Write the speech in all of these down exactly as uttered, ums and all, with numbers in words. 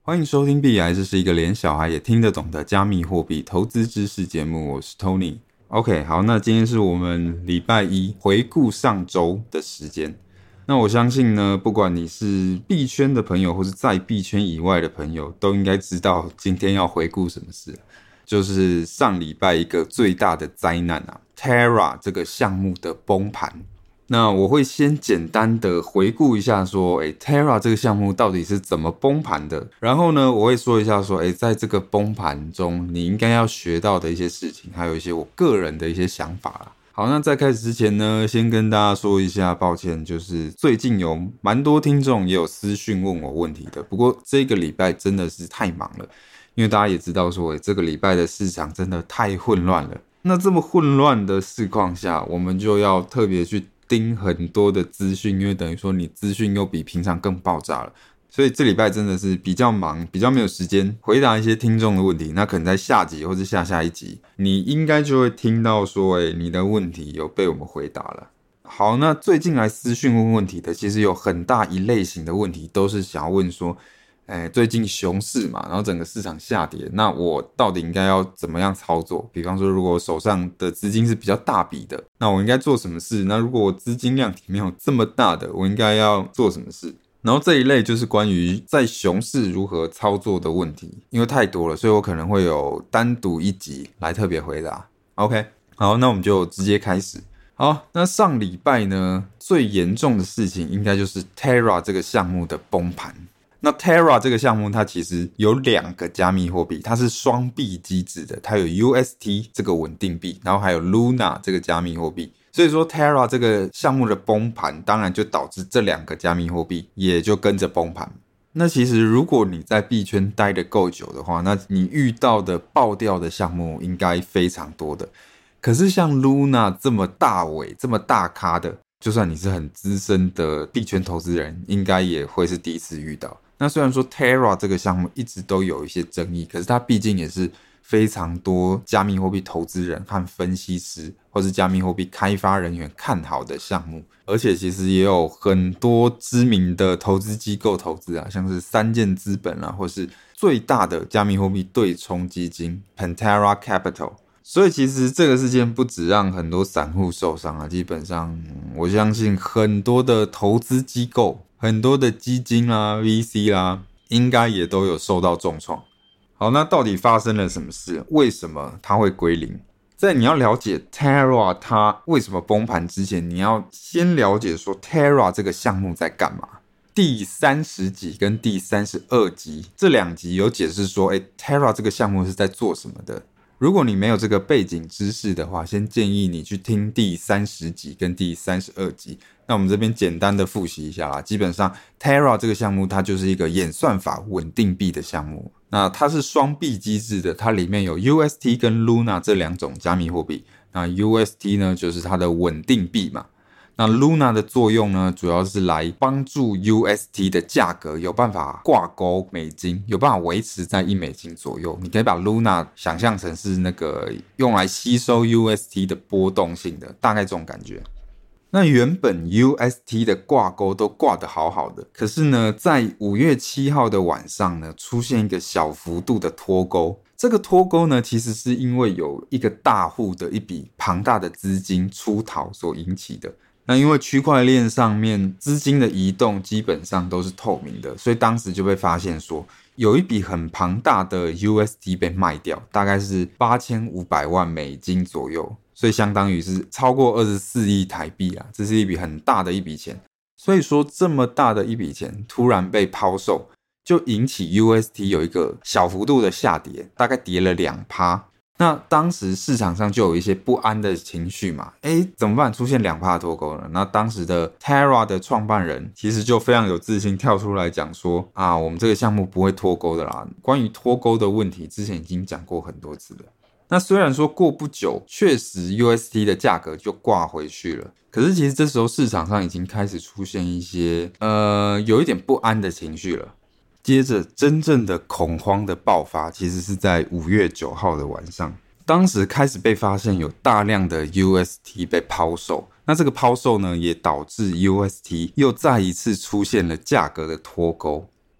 欢迎收听币癌，这是一个连小孩也听得懂的加密货币投资知识节目，我是 Tony。OK， 好，那今天是我们礼拜一回顾上周的时间。那我相信呢，不管你是币圈的朋友，或是在币圈以外的朋友，都应该知道今天要回顾什么事，就是上礼拜一个最大的灾难啊 ，Terra 这个项目的崩盘。那我会先简单的回顾一下说，诶 Terra 这个项目到底是怎么崩盘的，然后呢，我会说一下说，诶在这个崩盘中你应该要学到的一些事情，还有一些我个人的一些想法啦。好，那在开始之前呢，先跟大家说一下抱歉，就是最近有蛮多听众也有私讯问我问题的，不过这个礼拜真的是太忙了，因为大家也知道说，诶这个礼拜的市场真的太混乱了。那这么混乱的市况下，我们就要特别去盯很多的资讯，因为等于说你资讯又比平常更爆炸了，所以这礼拜真的是比较忙，比较没有时间回答一些听众的问题。那可能在下集或是下下一集，你应该就会听到说，诶你的问题有被我们回答了。好，那最近来私讯问问题的，其实有很大一类型的问题都是想要问说，哎，最近熊市嘛，然后整个市场下跌，那我到底应该要怎么样操作？比方说，如果我手上的资金是比较大笔的，那我应该做什么事？那如果我资金量体没有这么大的，我应该要做什么事？然后这一类就是关于在熊市如何操作的问题，因为太多了，所以我可能会有单独一集来特别回答。OK， 好，那我们就直接开始。好，那上礼拜呢，最严重的事情应该就是 Terra 这个项目的崩盘。那 Terra 这个项目它其实有两个加密货币，它是双币机制的，它有 U S T 这个稳定币，然后还有 Luna 这个加密货币。所以说 Terra 这个项目的崩盘，当然就导致这两个加密货币也就跟着崩盘。那其实如果你在币圈待得够久的话，那你遇到的爆掉的项目应该非常多的。可是像 Luna 这么大尾这么大咖的，就算你是很资深的币圈投资人，应该也会是第一次遇到。那虽然说 Terra 这个项目一直都有一些争议，可是它毕竟也是非常多加密货币投资人和分析师或是加密货币开发人员看好的项目，而且其实也有很多知名的投资机构投资啊，像是三箭资本啊，或是最大的加密货币对冲基金 Pantera Capital。所以其实这个事件不只让很多散户受伤啊，基本上我相信很多的投资机构、很多的基金啦、V C 啦，应该也都有受到重创。好，那到底发生了什么事？为什么它会归零？在你要了解 Terra 它为什么崩盘之前，你要先了解说 Terra 这个项目在干嘛。第三十集跟第三十二集这两集有解释说，诶 Terra 这个项目是在做什么的。如果你没有这个背景知识的话，先建议你去听第三十集跟第三十二集。那我们这边简单的复习一下啦，基本上 Terra 这个项目它就是一个演算法稳定币的项目。那它是双币机制的，它里面有 U S T 跟 Luna 这两种加密货币。那 U S T 呢就是它的稳定币嘛。那 Luna 的作用呢，主要是来帮助 U S T 的价格有办法挂钩美金，有办法维持在一美金左右。你可以把 Luna 想象成是那个用来吸收 U S T 的波动性的，大概这种感觉。那原本 U S T 的挂钩都挂得好好的，可是呢，在五月七号的晚上呢，出现一个小幅度的脱钩。这个脱钩呢，其实是因为有一个大户的一笔庞大的资金出逃所引起的。那因为区块链上面资金的移动基本上都是透明的，所以当时就被发现说有一笔很庞大的 U S T 被卖掉，大概是八千五百万美金左右，所以相当于是超过二十四亿台币啊，这是一笔很大的一笔钱。所以说这么大的一笔钱突然被抛售，就引起 U S T 有一个小幅度的下跌，大概跌了 百分之二。那当时市场上就有一些不安的情绪嘛，诶怎么办？出现 百分之二 的脱钩了。那当时的 Terra 的创办人其实就非常有自信跳出来讲说啊，我们这个项目不会脱钩的啦。关于脱钩的问题之前已经讲过很多次了。那虽然说过不久确实 U S T 的价格就挂回去了，可是其实这时候市场上已经开始出现一些呃有一点不安的情绪了。接着真正的恐慌的爆发其实是在五月九号的晚上，当时开始被发现有大量的 U S T 被抛售，那这个抛售呢也导致 U S T 又再一次出现了价格的脱钩。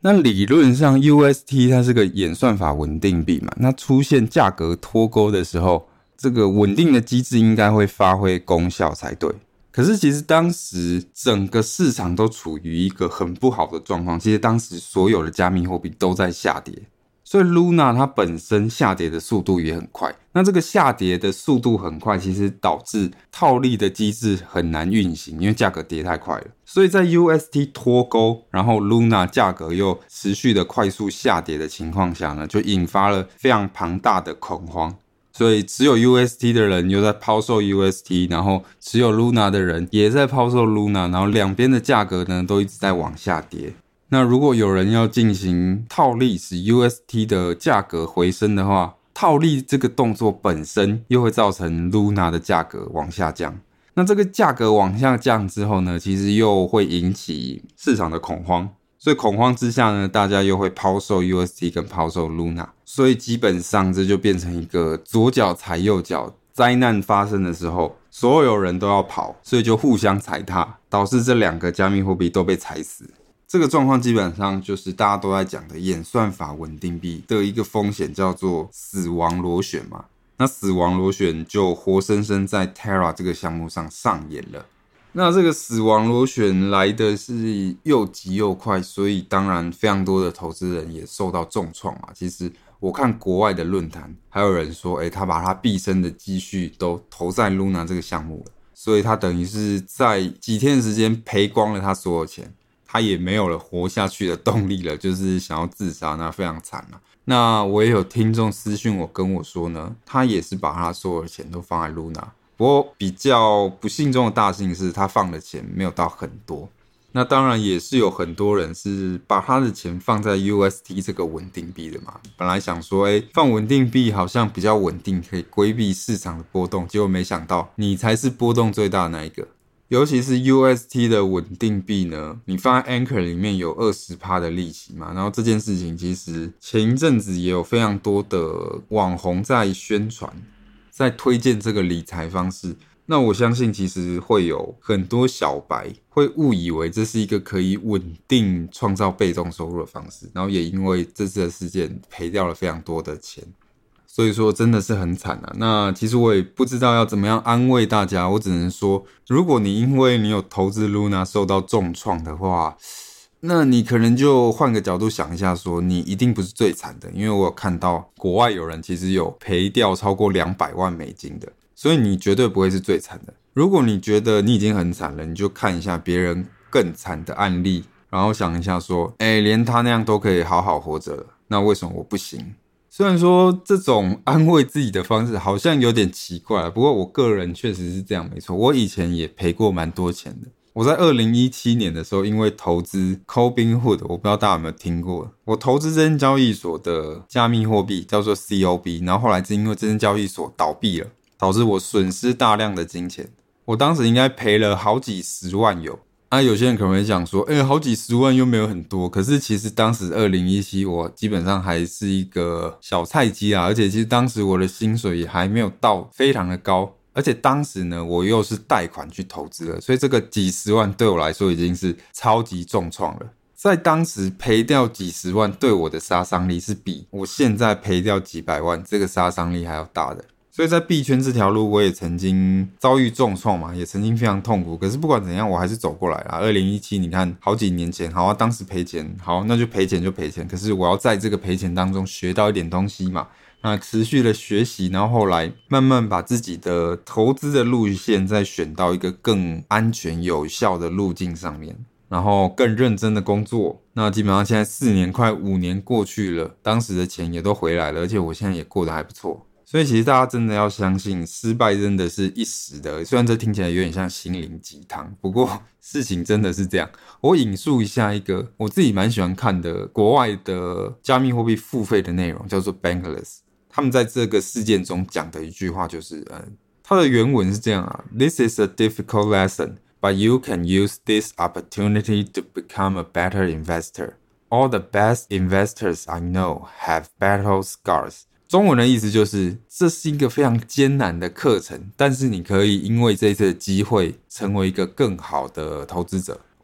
那理论上 U S T 它是个演算法稳定币嘛，那出现价格脱钩的时候，这个稳定的机制应该会发挥功效才对。可是其实当时整个市场都处于一个很不好的状况，其实当时所有的加密货币都在下跌，所以 Luna 它本身下跌的速度也很快。那这个下跌的速度很快，其实导致套利的机制很难运行，因为价格跌太快了。所以在 U S T 脱钩，然后 Luna 价格又持续的快速下跌的情况下呢，就引发了非常庞大的恐慌。所以持有 U S T 的人又在抛售 U S T， 然后持有 Luna 的人也在抛售 Luna， 然后两边的价格呢都一直在往下跌。那如果有人要进行套利使 U S T 的价格回升的话，套利这个动作本身又会造成 Luna 的价格往下降。那这个价格往下降之后呢，其实又会引起市场的恐慌。所以恐慌之下呢，大家又会抛售 U S T 跟抛售 Luna， 所以基本上这就变成一个左脚踩右脚，灾难发生的时候所有人都要跑，所以就互相踩踏，导致这两个加密货币都被踩死。这个状况基本上就是大家都在讲的演算法稳定币的一个风险，叫做死亡螺旋嘛。那死亡螺旋就活生生在 Terra 这个项目上上演了。那这个死亡螺旋来的是又急又快，所以当然非常多的投资人也受到重创嘛。其实我看国外的论坛还有人说，诶，他把他毕生的积蓄都投在 Luna 这个项目了，所以他等于是在几天的时间赔光了他所有钱，他也没有了活下去的动力了，就是想要自杀，那非常惨啊。那我也有听众私讯我跟我说呢，他也是把他所有的钱都放在 Luna，不过比较不幸中的大幸是他放的钱没有到很多。那当然也是有很多人是把他的钱放在 U S T 这个稳定币的嘛，本来想说诶放稳定币好像比较稳定，可以规避市场的波动，结果没想到你才是波动最大的那一个。尤其是 U S T 的稳定币呢，你放在 Anchor 里面有 百分之二十 的利息嘛，然后这件事情其实前一阵子也有非常多的网红在宣传，在推荐这个理财方式。那我相信其实会有很多小白会误以为这是一个可以稳定创造被动收入的方式，然后也因为这次的事件赔掉了非常多的钱，所以说真的是很惨啊。那其实我也不知道要怎么样安慰大家，我只能说如果你因为你有投资 Luna 受到重创的话，那你可能就换个角度想一下说你一定不是最惨的，因为我有看到国外有人其实有赔掉超过两百万美金的，所以你绝对不会是最惨的。如果你觉得你已经很惨了，你就看一下别人更惨的案例，然后想一下说诶连他那样都可以好好活着了，那为什么我不行？虽然说这种安慰自己的方式好像有点奇怪，不过我个人确实是这样没错，我以前也赔过蛮多钱的。我在二零一七年的时候因为投资 Robinhood， 我不知道大家有没有听过，我投资这间交易所的加密货币叫做 C O B， 然后后来是因为这间交易所倒闭了，导致我损失大量的金钱，我当时应该赔了好几十万有啊。有些人可能会讲说诶、欸、好几十万又没有很多，可是其实当时二零一七我基本上还是一个小菜鸡啊，而且其实当时我的薪水也还没有到非常的高，而且当时呢我又是贷款去投资了，所以这个几十万对我来说已经是超级重创了。在当时赔掉几十万对我的杀伤力是比我现在赔掉几百万这个杀伤力还要大的。所以在币圈这条路我也曾经遭遇重创嘛，也曾经非常痛苦，可是不管怎样我还是走过来啦。二零一七你看好几年前，好啊，当时赔钱，好那就赔钱就赔钱，可是我要在这个赔钱当中学到一点东西嘛，那持续的学习，然后后来慢慢把自己的投资的路线再选到一个更安全有效的路径上面，然后更认真的工作。那基本上现在四年快五年过去了，当时的钱也都回来了，而且我现在也过得还不错。所以其实大家真的要相信，失败真的是一时的，虽然这听起来有点像心灵鸡汤，不过事情真的是这样。我引述一下一个我自己蛮喜欢看的国外的加密货币付费的内容，叫做 Bankless。他们在这个事件中讲的一句话就是，呃，它的原文是这样啊 ：This is a difficult lesson, but you can use this opportunity to become a better investor. All the best investors I know have battle scars. 中文的意思就是这是一个非常艰难的课程，但是你可以因为这次的机会成为一个更好的投资者。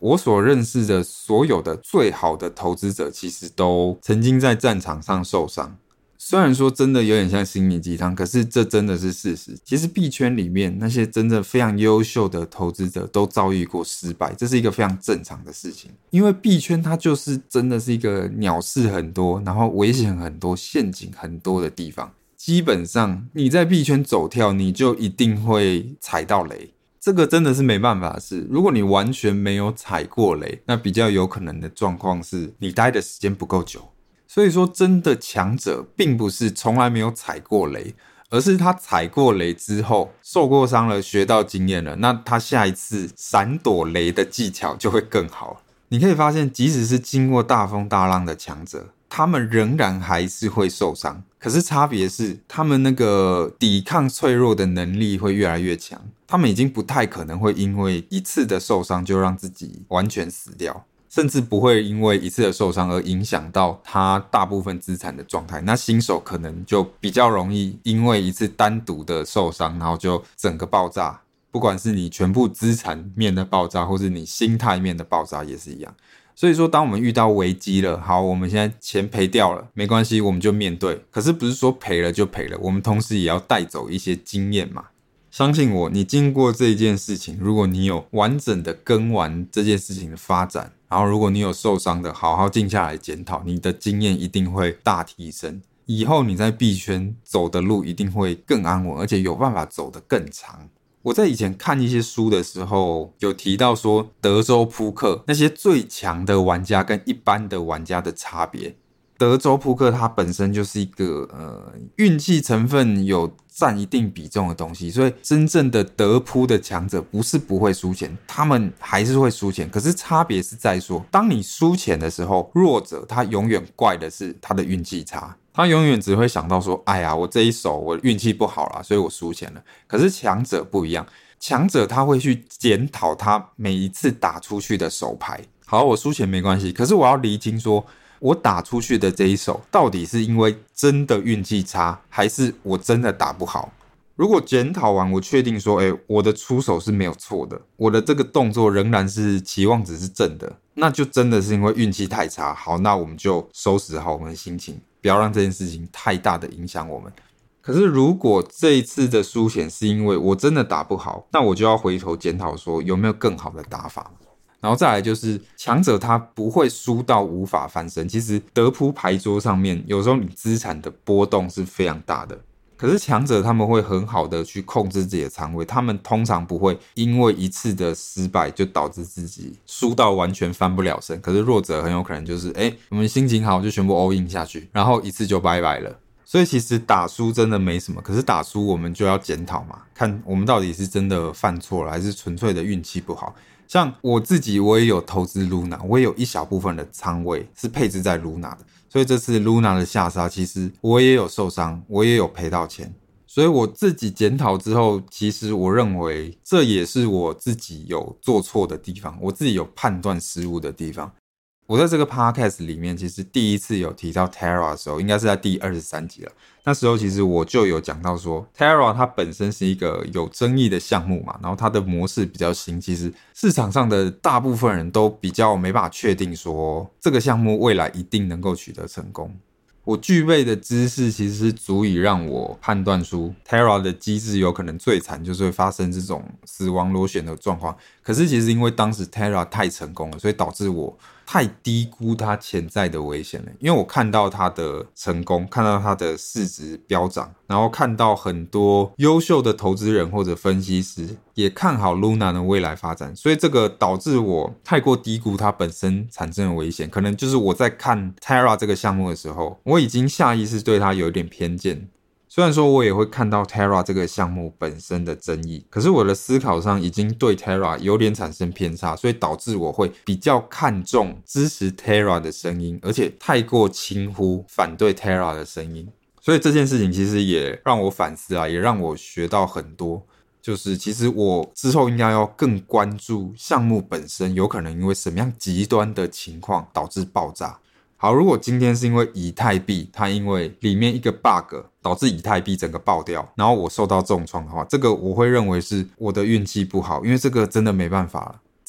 我所认识的所有的最好的投资者，其实都曾经在战场上受伤。虽然说真的有点像心灵鸡汤，可是这真的是事实。其实币圈里面那些真的非常优秀的投资者都遭遇过失败，这是一个非常正常的事情。因为币圈它就是真的是一个鸟事很多，然后危险很多，陷阱很多的地方。基本上你在币圈走跳，你就一定会踩到雷，这个真的是没办法的事。如果你完全没有踩过雷，那比较有可能的状况是你待的时间不够久。所以说真的强者并不是从来没有踩过雷，而是他踩过雷之后受过伤了，学到经验了，那他下一次闪躲雷的技巧就会更好。你可以发现即使是经过大风大浪的强者，他们仍然还是会受伤，可是差别是他们那个抵抗脆弱的能力会越来越强，他们已经不太可能会因为一次的受伤就让自己完全死掉，甚至不会因为一次的受伤而影响到他大部分资产的状态。那新手可能就比较容易因为一次单独的受伤，然后就整个爆炸，不管是你全部资产面的爆炸，或是你心态面的爆炸也是一样。所以说当我们遇到危机了，好，我们现在钱赔掉了，没关系，我们就面对。可是不是说赔了就赔了，我们同时也要带走一些经验嘛。相信我，你经过这件事情，如果你有完整的跟完这件事情的发展，然后如果你有受伤的，好好静下来检讨，你的经验一定会大提升。以后你在币圈走的路一定会更安稳，而且有办法走得更长。我在以前看一些书的时候有提到说，德州扑克那些最强的玩家跟一般的玩家的差别。德州扑克它本身就是一个呃运气成分有占一定比重的东西，所以真正的德扑的强者不是不会输钱，他们还是会输钱。可是差别是在说，当你输钱的时候，弱者他永远怪的是他的运气差，他永远只会想到说，哎呀，我这一手我运气不好啦，所以我输钱了。可是强者不一样，强者他会去检讨他每一次打出去的手牌。好，我输钱没关系，可是我要厘清说，我打出去的这一手到底是因为真的运气差，还是我真的打不好。如果检讨完我确定说，诶，我的出手是没有错的，我的这个动作仍然是期望值是正的，那就真的是因为运气太差。好，那我们就收拾好我们的心情，不要让这件事情太大的影响我们。可是如果这一次的输钱是因为我真的打不好，那我就要回头检讨说有没有更好的打法。然后再来就是强者他不会输到无法翻身。其实德扑牌桌上面有时候你资产的波动是非常大的，可是强者他们会很好的去控制自己的仓位，他们通常不会因为一次的失败就导致自己输到完全翻不了身。可是弱者很有可能就是诶我们心情好就全部 all in 下去，然后一次就拜拜了。所以其实打输真的没什么，可是打输我们就要检讨嘛，看我们到底是真的犯错了，还是纯粹的运气不好。像我自己我也有投资 Luna， 我也有一小部分的仓位是配置在 Luna 的，所以这次 Luna 的下杀其实我也有受伤，我也有赔到钱。所以我自己检讨之后，其实我认为这也是我自己有做错的地方，我自己有判断失误的地方。我在这个 podcast 里面其实第一次有提到 Terra 的时候，应该是在第二十三集了。那时候其实我就有讲到说 Terra 它本身是一个有争议的项目嘛，然后它的模式比较新，其实市场上的大部分人都比较没办法确定说这个项目未来一定能够取得成功。我具备的知识其实是足以让我判断出 Terra 的机制有可能最惨就是会发生这种死亡螺旋的状况。可是其实因为当时 Terra 太成功了，所以导致我太低估它潜在的危险了。因为我看到它的成功，看到它的市值飙涨，然后看到很多优秀的投资人或者分析师也看好 Luna 的未来发展，所以这个导致我太过低估它本身产生的危险。可能就是我在看 Terra 这个项目的时候，我已经下意识对它有一点偏见。虽然说我也会看到 Terra 这个项目本身的争议，可是我的思考上已经对 Terra 有点产生偏差，所以导致我会比较看重支持 Terra 的声音，而且太过轻忽反对 Terra 的声音。所以这件事情其实也让我反思啊，也让我学到很多，就是其实我之后应该要更关注项目本身有可能因为什么样极端的情况导致爆炸。好，如果今天是因为以太币它因为里面一个 bug 导致以太币整个爆掉，然后我受到重创的话，这个我会认为是我的运气不好，因为这个真的没办法了，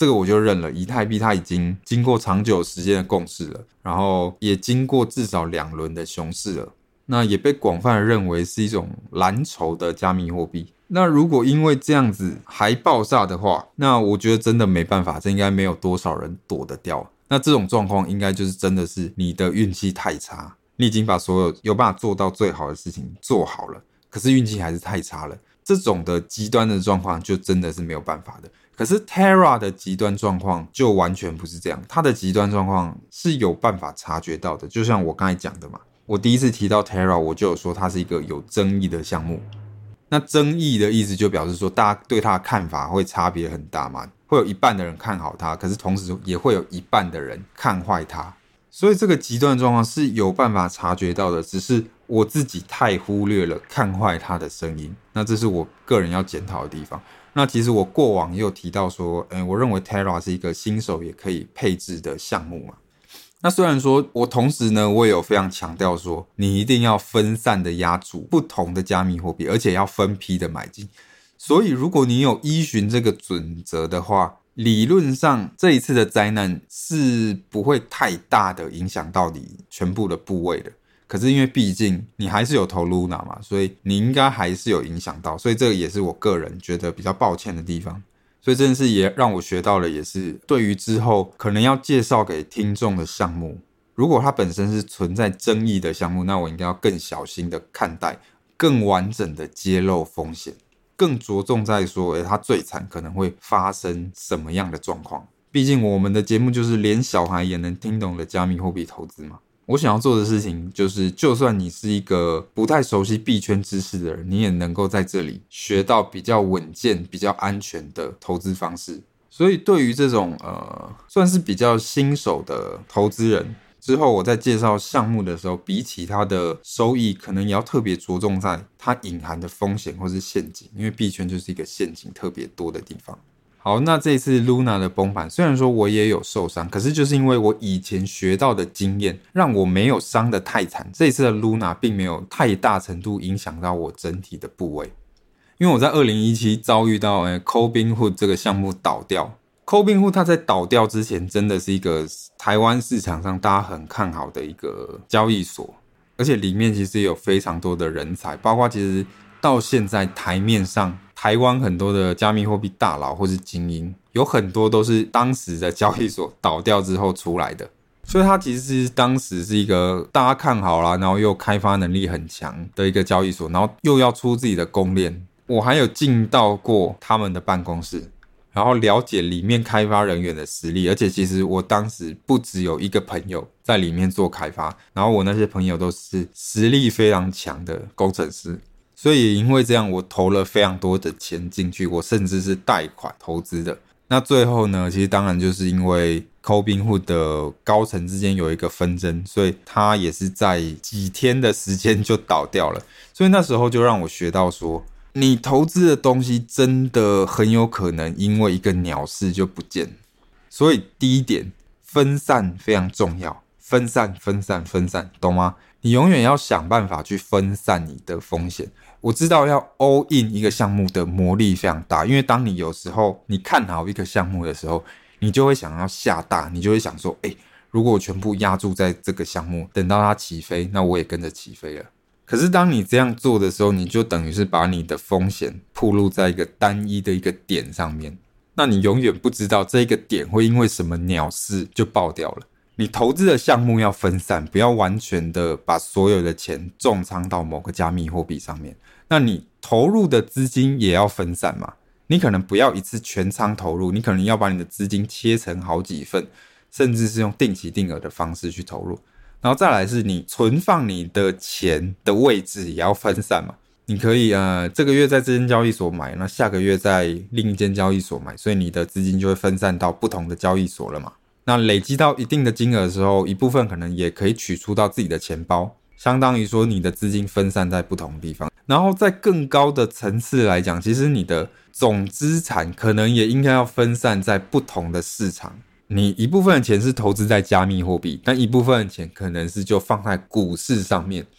这个我就认了，以太币它已经经过长久时间的共识了，然后也经过至少两轮的熊市了，那也被广泛的认为是一种蓝筹的加密货币。那如果因为这样子还爆炸的话，那我觉得真的没办法，这应该没有多少人躲得掉。那这种状况应该就是真的是你的运气太差，你已经把所有有办法做到最好的事情做好了，可是运气还是太差了，这种的极端的状况就真的是没有办法的。可是 Terra 的极端状况就完全不是这样，它的极端状况是有办法察觉到的，就像我刚才讲的嘛，我第一次提到 Terra 我就有说它是一个有争议的项目，那争议的意思就表示说大家对它的看法会差别很大嘛，会有一半的人看好它，可是同时也会有一半的人看坏它，所以这个极端状况是有办法察觉到的，只是我自己太忽略了看坏它的声音，那这是我个人要检讨的地方。那其实我过往也有提到说，欸、我认为 Terra 是一个新手也可以配置的项目嘛。那虽然说我同时呢，我也有非常强调说，你一定要分散的押注不同的加密货币，而且要分批的买进。所以如果你有依循这个准则的话，理论上这一次的灾难是不会太大的影响到你全部的部位的。可是因为毕竟你还是有投 Luna 嘛，所以你应该还是有影响到，所以这个也是我个人觉得比较抱歉的地方。所以这件事也让我学到了，也是对于之后可能要介绍给听众的项目，如果它本身是存在争议的项目，那我应该要更小心的看待，更完整的揭露风险，更着重在说，诶，它最惨可能会发生什么样的状况。毕竟我们的节目就是连小孩也能听懂的加密货币投资嘛。我想要做的事情就是，就算你是一个不太熟悉币圈知识的人，你也能够在这里学到比较稳健、比较安全的投资方式。所以对于这种呃算是比较新手的投资人，之后我在介绍项目的时候，比起它的收益，可能也要特别着重在它隐含的风险或是陷阱，因为币圈就是一个陷阱特别多的地方。好，那这一次 Luna 的崩盘，虽然说我也有受伤，可是就是因为我以前学到的经验，让我没有伤得太惨。这一次的 Luna 并没有太大程度影响到我整体的部位，因为我在二零一七遭遇到、欸、Robinhood 这个项目倒掉。Robinhood 它在倒掉之前，真的是一个台湾市场上大家很看好的一个交易所，而且里面其实有非常多的人才，包括其实到现在台面上台湾很多的加密货币大佬或是精英，有很多都是当时的交易所倒掉之后出来的，所以它其实当时是一个大家看好啦，然后又开发能力很强的一个交易所，然后又要出自己的公链。我还有进到过他们的办公室，然后了解里面开发人员的实力，而且其实我当时不只有一个朋友在里面做开发，然后我那些朋友都是实力非常强的工程师，所以因为这样我投了非常多的钱进去，我甚至是贷款投资的。那最后呢，其实当然就是因为 Robinhood 的高层之间有一个纷争，所以他也是在几天的时间就倒掉了。所以那时候就让我学到说，你投资的东西真的很有可能因为一个鸟事就不见。所以第一点，分散非常重要，分散分散分散，懂吗？你永远要想办法去分散你的风险。我知道要 all in 一个项目的魔力非常大，因为当你有时候你看好一个项目的时候，你就会想要下大，你就会想说，诶，如果我全部押注在这个项目，等到它起飞，那我也跟着起飞了。可是当你这样做的时候，你就等于是把你的风险暴露在一个单一的一个点上面，那你永远不知道这个点会因为什么鸟事就爆掉了。你投资的项目要分散，不要完全的把所有的钱重仓到某个加密货币上面。那你投入的资金也要分散嘛，你可能不要一次全仓投入，你可能要把你的资金切成好几份，甚至是用定期定额的方式去投入。然后再来是你存放你的钱的位置也要分散嘛，你可以呃这个月在这间交易所买，那下个月在另一间交易所买，所以你的资金就会分散到不同的交易所了嘛。那累积到一定的金额的时候，一部分可能也可以取出到自己的钱包，相当于说你的资金分散在不同的地方。然后在更高的层次来讲，其实你的总资产可能也应该要分散在不同的市场。你一部分的钱是投资在加密货币，但一部分的钱可能是就放在股市上面。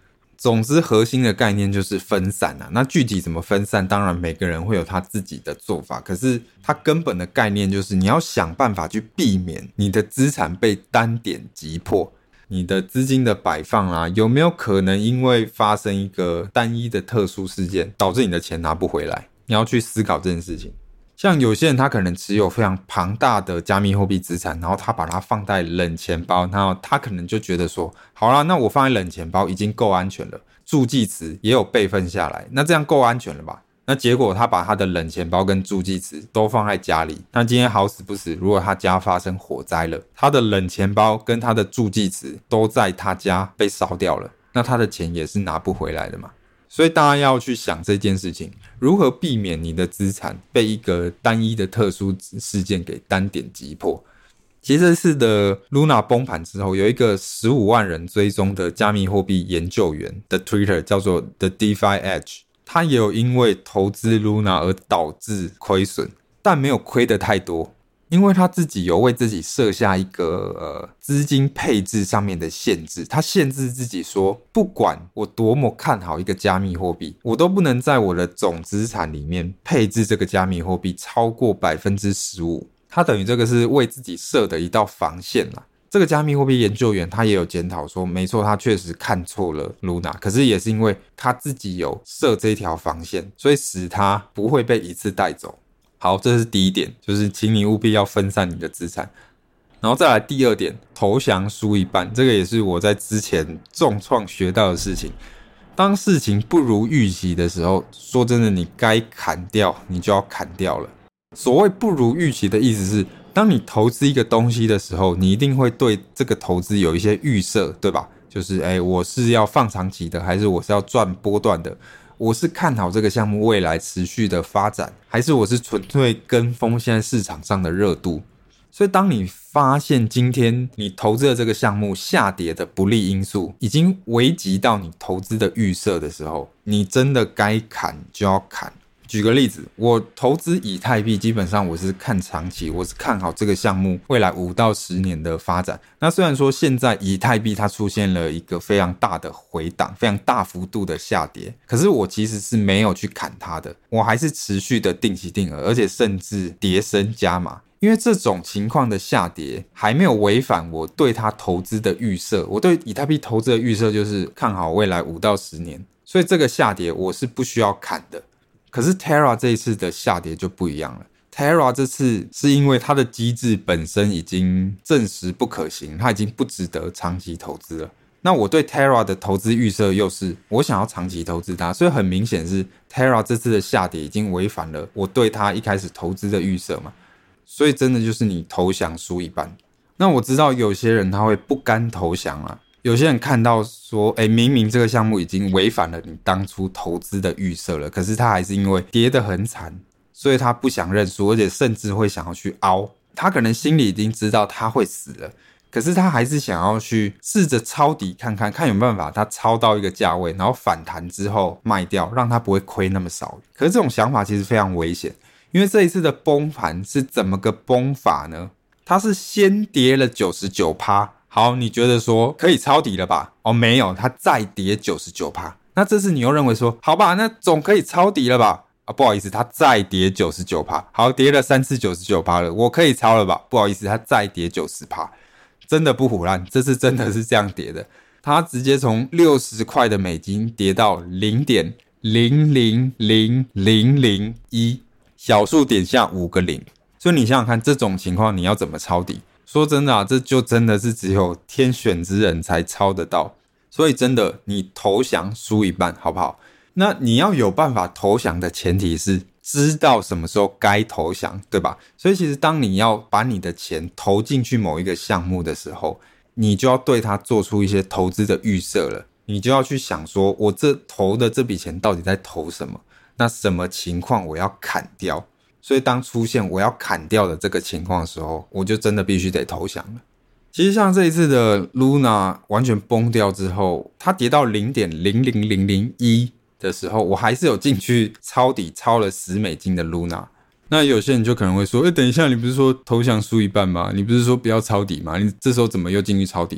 总之核心的概念就是分散啊，那具体怎么分散，当然每个人会有他自己的做法，可是它根本的概念就是你要想办法去避免你的资产被单点击破。你的资金的摆放啊，有没有可能因为发生一个单一的特殊事件导致你的钱拿不回来，你要去思考这件事情。像有些人他可能持有非常庞大的加密货币资产，然后他把它放在冷钱包，然后他可能就觉得说，好啦，那我放在冷钱包已经够安全了，助记词也有备份下来，那这样够安全了吧？那结果他把他的冷钱包跟助记词都放在家里，那今天好死不死，如果他家发生火灾了，他的冷钱包跟他的助记词都在他家被烧掉了，那他的钱也是拿不回来的嘛。所以大家要去想这件事情，如何避免你的资产被一个单一的特殊事件给单点击破。其实这次的 Luna 崩盘之后，有一个十五万人追踪的加密货币研究员的 Twitter 叫做 The DeFi Edge， 他也有因为投资 Luna 而导致亏损，但没有亏得太多，因为他自己有为自己设下一个呃资金配置上面的限制，他限制自己说，不管我多么看好一个加密货币，我都不能在我的总资产里面配置这个加密货币超过 百分之十五。他等于这个是为自己设的一道防线啦。这个加密货币研究员他也有检讨说，没错，他确实看错了 Luna， 可是也是因为他自己有设这条防线，所以使他不会被一次带走。好，这是第一点，就是请你务必要分散你的资产。然后再来第二点，投降输一半，这个也是我在之前重创学到的事情。当事情不如预期的时候，说真的，你该砍掉你就要砍掉了。所谓不如预期的意思是，当你投资一个东西的时候，你一定会对这个投资有一些预设，对吧？就是诶，我是要放长期的，还是我是要赚波段的？我是看好这个项目未来持续的发展，还是我是纯粹跟风现在市场上的热度？所以当你发现今天你投资的这个项目下跌的不利因素已经危及到你投资的预设的时候，你真的该砍就要砍。举个例子，我投资以太币基本上我是看长期，我是看好这个项目未来五到十年的发展。那虽然说现在以太币它出现了一个非常大的回档，非常大幅度的下跌，可是我其实是没有去砍它的，我还是持续的定期定额，而且甚至跌升加码。因为这种情况的下跌还没有违反我对它投资的预设，我对以太币投资的预设就是看好未来五到十年，所以这个下跌我是不需要砍的。可是 Terra 这一次的下跌就不一样了， Terra 这次是因为它的机制本身已经证实不可行，它已经不值得长期投资了。那我对 Terra 的投资预设又是我想要长期投资它，所以很明显是 Terra 这次的下跌已经违反了我对它一开始投资的预设嘛，所以真的就是你投降输一半。那我知道有些人他会不甘投降啦，有些人看到说，诶，明明这个项目已经违反了你当初投资的预设了，可是他还是因为跌得很惨，所以他不想认输，而且甚至会想要去凹。他可能心里已经知道他会死了，可是他还是想要去试着抄底看看，看有没有办法他抄到一个价位，然后反弹之后卖掉，让他不会亏那么少。可是这种想法其实非常危险，因为这一次的崩盘是怎么个崩法呢？它是先跌了 百分之九十九， 好，你觉得说可以抄底了吧？哦，没有，它再跌 百分之九十九。 那这次你又认为说，好吧，那总可以抄底了吧？啊，不好意思，它再跌 百分之九十九， 好，跌了三次 百分之九十九 了，我可以抄了吧？不好意思，它再跌 百分之九十， 真的不唬烂，这次真的是这样跌的。它直接从六十块的美金跌到 零点零零零零零一， 小数点下五个零。所以你想想看，这种情况你要怎么抄底？说真的啊，这就真的是只有天选之人才抄得到。所以真的，你投降输一半，好不好？那你要有办法投降的前提是知道什么时候该投降，对吧？所以其实当你要把你的钱投进去某一个项目的时候，你就要对它做出一些投资的预设了。你就要去想说，我这投的这笔钱到底在投什么？那什么情况我要砍掉？所以当出现我要砍掉的这个情况的时候，我就真的必须得投降了。其实像这一次的 Luna 完全崩掉之后，它跌到 零点零零零零一 的时候，我还是有进去抄底，抄了十美金的 Luna。那有些人就可能会说，诶，等一下，你不是说投降输一半吗？你不是说不要抄底吗？你这时候怎么又进去抄底了？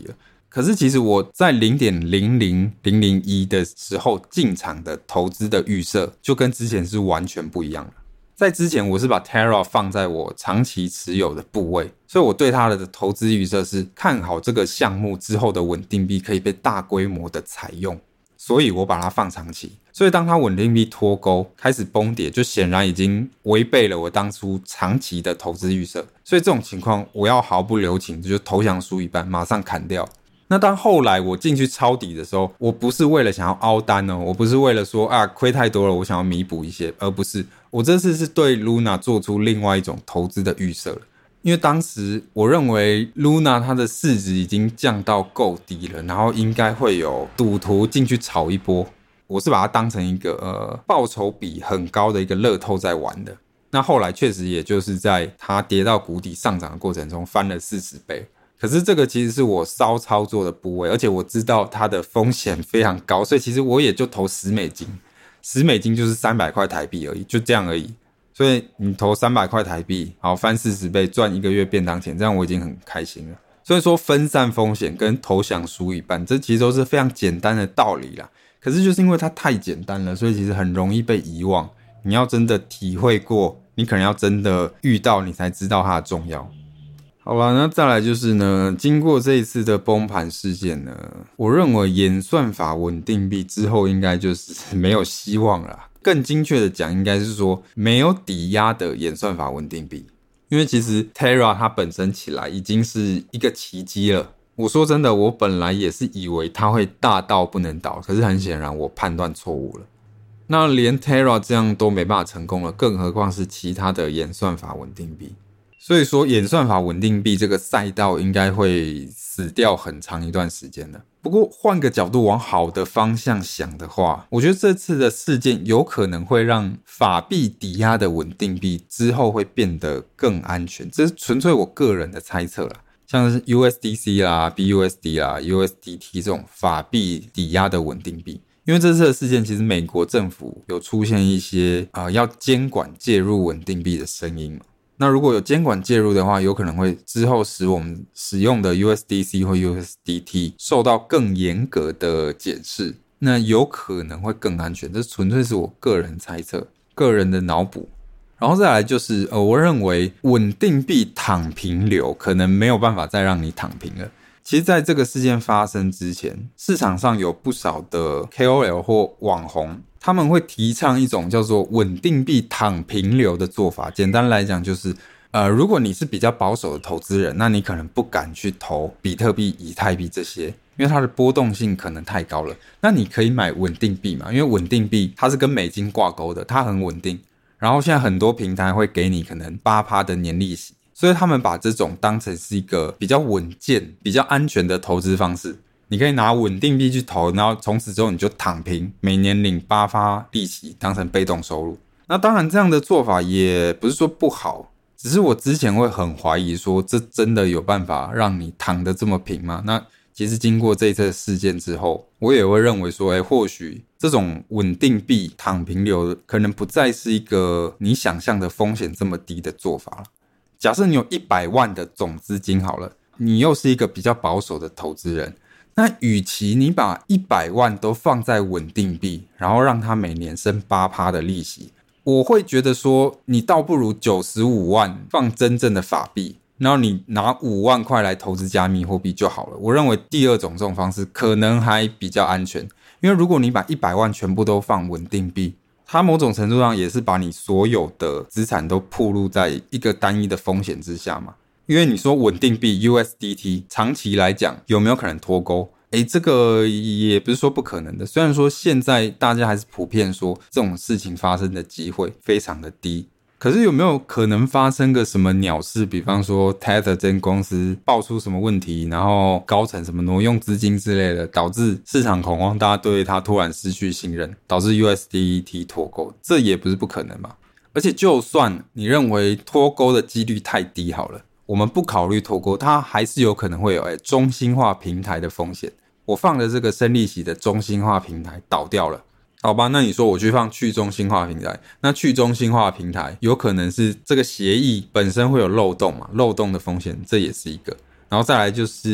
可是其实我在 零点零零零零一 的时候进场的投资的预设就跟之前是完全不一样的。在之前我是把 Terra 放在我长期持有的部位，所以我对它的投资预设是看好这个项目之后的稳定币可以被大规模的采用，所以我把它放长期。所以当它稳定币脱钩开始崩跌，就显然已经违背了我当初长期的投资预设，所以这种情况我要毫不留情就投降输一半，马上砍掉。那当后来我进去抄底的时候，我不是为了想要凹单哦，我不是为了说啊亏太多了我想要弥补一些，而不是我这次是对 Luna 做出另外一种投资的预设了。因为当时我认为 Luna 它的市值已经降到够低了，然后应该会有赌徒进去炒一波，我是把它当成一个呃报酬比很高的一个乐透在玩的。那后来确实也就是在它跌到谷底上涨的过程中翻了四十倍。可是这个其实是我骚操作的部位，而且我知道它的风险非常高，所以其实我也就投十美金，十美金就是三百块台币而已，就这样而已。所以你投三百块台币，好翻四十倍，赚一个月便当钱，这样我已经很开心了。所以说分散风险跟投降输一半，这其实都是非常简单的道理啦。可是就是因为它太简单了，所以其实很容易被遗忘。你要真的体会过，你可能要真的遇到，你才知道它的重要。好啦，那再来就是呢，经过这一次的崩盘事件呢，我认为演算法稳定币之后应该就是没有希望了啦。更精确的讲，应该是说没有抵押的演算法稳定币。因为其实 Terra 它本身起来已经是一个奇迹了。我说真的，我本来也是以为它会大到不能倒，可是很显然我判断错误了。那连 Terra 这样都没办法成功了，更何况是其他的演算法稳定币。所以说演算法稳定币这个赛道应该会死掉很长一段时间了。不过换个角度往好的方向想的话，我觉得这次的事件有可能会让法币抵押的稳定币之后会变得更安全，这是纯粹我个人的猜测啦。像是 U S D C 啦 B U S D 啦 U S D T 这种法币抵押的稳定币，因为这次的事件其实美国政府有出现一些、呃、要监管介入稳定币的声音嘛。那如果有监管介入的话，有可能会之后使我们使用的 U S D C 或 U S D T 受到更严格的检视，那有可能会更安全，这纯粹是我个人猜测，个人的脑补。然后再来就是呃，我认为稳定币躺平流可能没有办法再让你躺平了。其实在这个事件发生之前，市场上有不少的 K O L 或网红，他们会提倡一种叫做稳定币躺平流的做法。简单来讲就是呃，如果你是比较保守的投资人，那你可能不敢去投比特币、以太币这些，因为它的波动性可能太高了。那你可以买稳定币嘛，因为稳定币它是跟美金挂钩的，它很稳定。然后现在很多平台会给你可能 百分之八 的年利息，所以他们把这种当成是一个比较稳健、比较安全的投资方式。你可以拿稳定币去投，然后从此之后你就躺平，每年领 百分之八 利息当成被动收入。那当然这样的做法也不是说不好，只是我之前会很怀疑说这真的有办法让你躺得这么平吗？那其实经过这一次事件之后，我也会认为说诶，或许这种稳定币躺平流可能不再是一个你想象的风险这么低的做法了。假设你有一百万的总资金好了，你又是一个比较保守的投资人，那与其你把一百万都放在稳定币，然后让它每年生 百分之八 的利息，我会觉得说你倒不如九十五万放真正的法币，然后你拿五万块来投资加密货币就好了。我认为第二种这种方式可能还比较安全，因为如果你把一百万全部都放稳定币，它某种程度上也是把你所有的资产都暴露在一个单一的风险之下嘛。因为你说稳定币 U S D T 长期来讲有没有可能脱钩？诶，这个也不是说不可能的，虽然说现在大家还是普遍说这种事情发生的机会非常的低，可是有没有可能发生个什么鸟事？比方说 Tether 这间公司爆出什么问题，然后高层什么挪用资金之类的，导致市场恐慌，大家对它突然失去信任，导致 U S D T 脱钩，这也不是不可能嘛。而且就算你认为脱钩的几率太低好了，我们不考虑脱钩，它还是有可能会有诶中心化平台的风险。我放的这个生利息的中心化平台倒掉了，好吧，那你说我去放去中心化平台，那去中心化平台有可能是这个协议本身会有漏洞嘛，漏洞的风险这也是一个。然后再来就是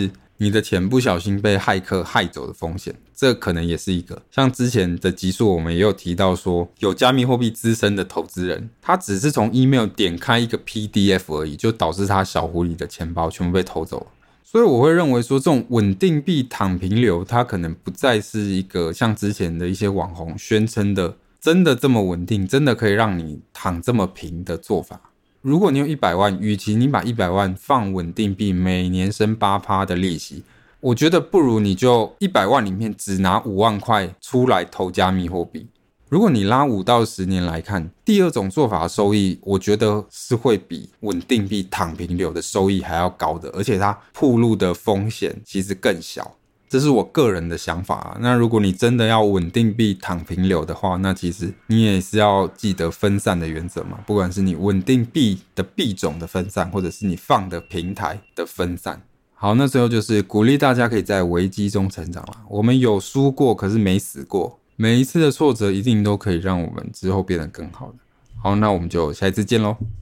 你的钱不小心被骇客害走的风险，这可能也是一个。像之前的集数我们也有提到说，有加密货币资深的投资人，他只是从 email 点开一个 P D F 而已，就导致他小狐狸的钱包全部被偷走了。所以我会认为说，这种稳定币躺平流，它可能不再是一个像之前的一些网红宣称的真的这么稳定，真的可以让你躺这么平的做法。如果你有一百万，与其你把一百万放稳定币，每年生 百分之八 的利息，我觉得不如你就一百万里面只拿五万块出来投加密货币。如果你拉五到十年来看，第二种做法的收益，我觉得是会比稳定币躺平流的收益还要高的，而且它暴露的风险其实更小。这是我个人的想法啊。那如果你真的要稳定币躺平流的话，那其实你也是要记得分散的原则嘛，不管是你稳定币的币种的分散，或者是你放的平台的分散。好，那最后就是鼓励大家可以在危机中成长啦。我们有输过，可是没死过。每一次的挫折一定都可以让我们之后变得更好的。好，那我们就下一次见咯。